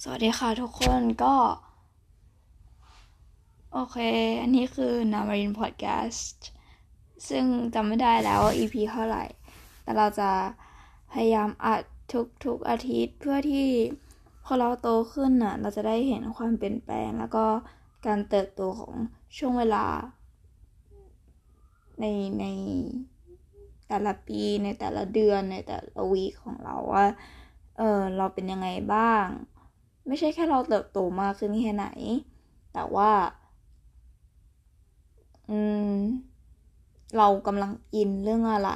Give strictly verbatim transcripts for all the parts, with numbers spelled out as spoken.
สวัสดีค่ะทุกคนก็โอเคอันนี้คือนามารินพอดแคสต์ซึ่งจำไม่ได้แล้วว่า อี พี เท่าไหร่แต่เราจะพยายามอัดทุกๆอาทิตย์เพื่อที่พอเราโตขึ้นน่ะเราจะได้เห็นความเปลี่ยนแปลงแล้วก็การเติบโตของช่วงเวลาในในแต่ละปีในแต่ละเดือนในแต่ละวีคของเราว่าเออเราเป็นยังไงบ้างไม่ใช่แค่เราเติบโตมากขึ้นแค่ไหนแต่ว่าอืมเรากำลังอินเรื่องอะไร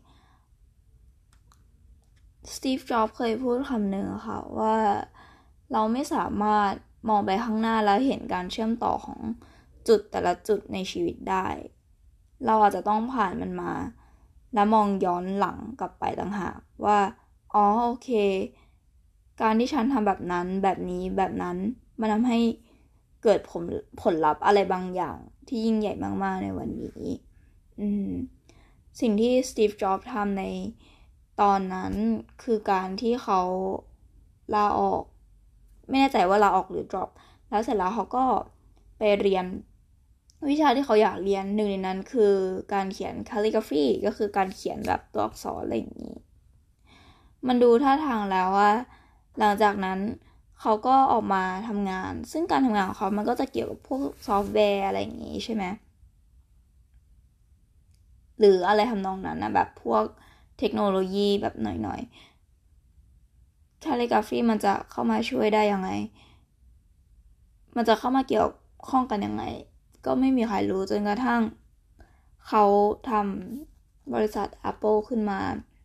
สตีฟ จ็อบส์เคยพูดคำหนึ่งค่ะว่าเราไม่สามารถมองไปข้างหน้าแล้วเห็นการเชื่อมต่อของจุดแต่ละจุดในชีวิตได้เราอาจจะต้องผ่านมันมาแล้วมองย้อนหลังกลับไปต่างหากว่าอ๋อโอเคการที่ฉันทำแบบนั้นแบบนี้แบบนั้นมันทำให้เกิดผลผลลัพธ์อะไรบางอย่างที่ยิ่งใหญ่มากๆในวันนี้อืมสิ่งที่สตีฟ จ็อบส์ทำในตอนนั้นคือการที่เขาลาออกไม่แน่ใจว่าลาออกหรือ drop แล้วเสร็จแล้วเขาก็ไปเรียนวิชาที่เขาอยากเรียนหนึ่งในนั้นคือการเขียน calligraphy ก็คือการเขียนแบบตัวอักษรอะไรอย่างนี้มันดูท่าทางแล้วว่าหลังจากนั้นเขาก็ออกมาทำงานซึ่งการทำงานของเขามันก็จะเกี่ยวกับพวกซอฟต์แวร์อะไรอย่างนี้ใช่ไหมหรืออะไรทำนองนั้นนะแบบพวกเทคโนโลยีแบบหน่อยๆ calligraphy มันจะเข้ามาช่วยได้ยังไงมันจะเข้ามาเกี่ยวข้องกันยังไงก็ไม่มีใครรู้จนกระทั่งเขาทำบริษัท Apple ขึ้นมา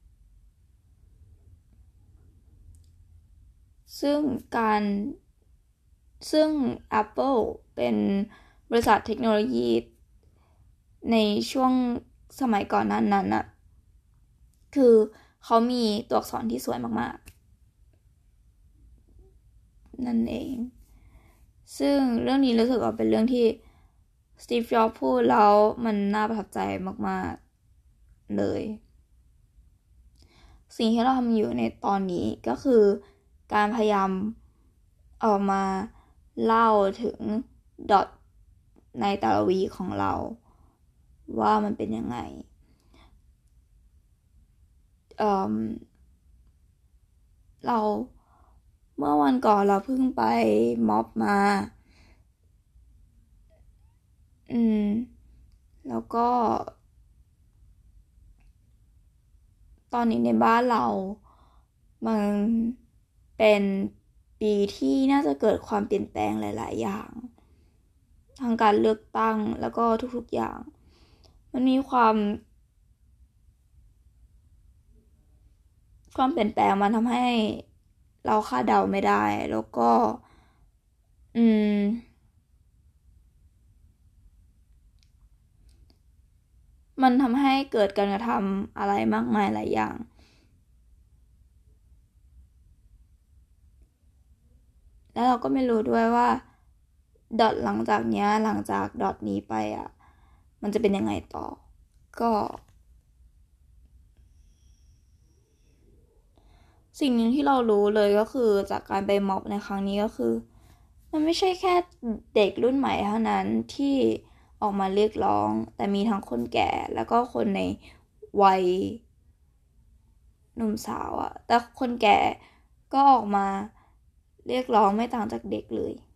ซึ่งการซึ่ง Apple เป็นบริษัทเทคโนโลยีในช่วงสมัยก่อนนั้นนั้นน่ะคือเขามีตัวอักษรที่สวยมากๆนั่นเองซึ่งเรื่องนี้รู้สึกว่าเป็นเรื่องที่สตีฟ จ็อบส์พูดแล้วมันน่าประทับใจมากๆเลยสิ่งที่เราทำอยู่ในตอนนี้ก็คือการพยายามออกมาเล่าถึงดอทในแต่ละวีของเราว่ามันเป็นยังไงเอ่อเราเมื่อวันก่อนเราเพิ่งไปม็อบมาอืมแล้วก็ตอนนี้ในบ้านเรามันเป็นปีที่น่าจะเกิดความเปลี่ยนแปลงหลายๆอย่างทางการเลือกตั้งแล้วก็ทุกๆอย่างมันมีความความเปลี่ยนแปลงมันทำให้เราคาดเดาไม่ได้แล้วก็อืมมันทำให้เกิดการกระทำอะไรมากมายหลายอย่างแล้วเราก็ไม่รู้ด้วยว่าดอทหลังจากเนี้ยหลังจากดอทนี้ไปอ่ะมันจะเป็นยังไงต่อก็สิ่งหนึ่งที่เรารู้เลยก็คือจากการไปม็อบในครั้งนี้ก็คือมันไม่ใช่แค่เด็กรุ่นใหม่เท่านั้นที่ออกมาเรียกร้องแต่มีทั้งคนแก่แล้วก็คนในวัยหนุ่มสาวอะแต่คนแก่ก็ออกมาเรียกร้องไม่ต่างจากเด็กเลย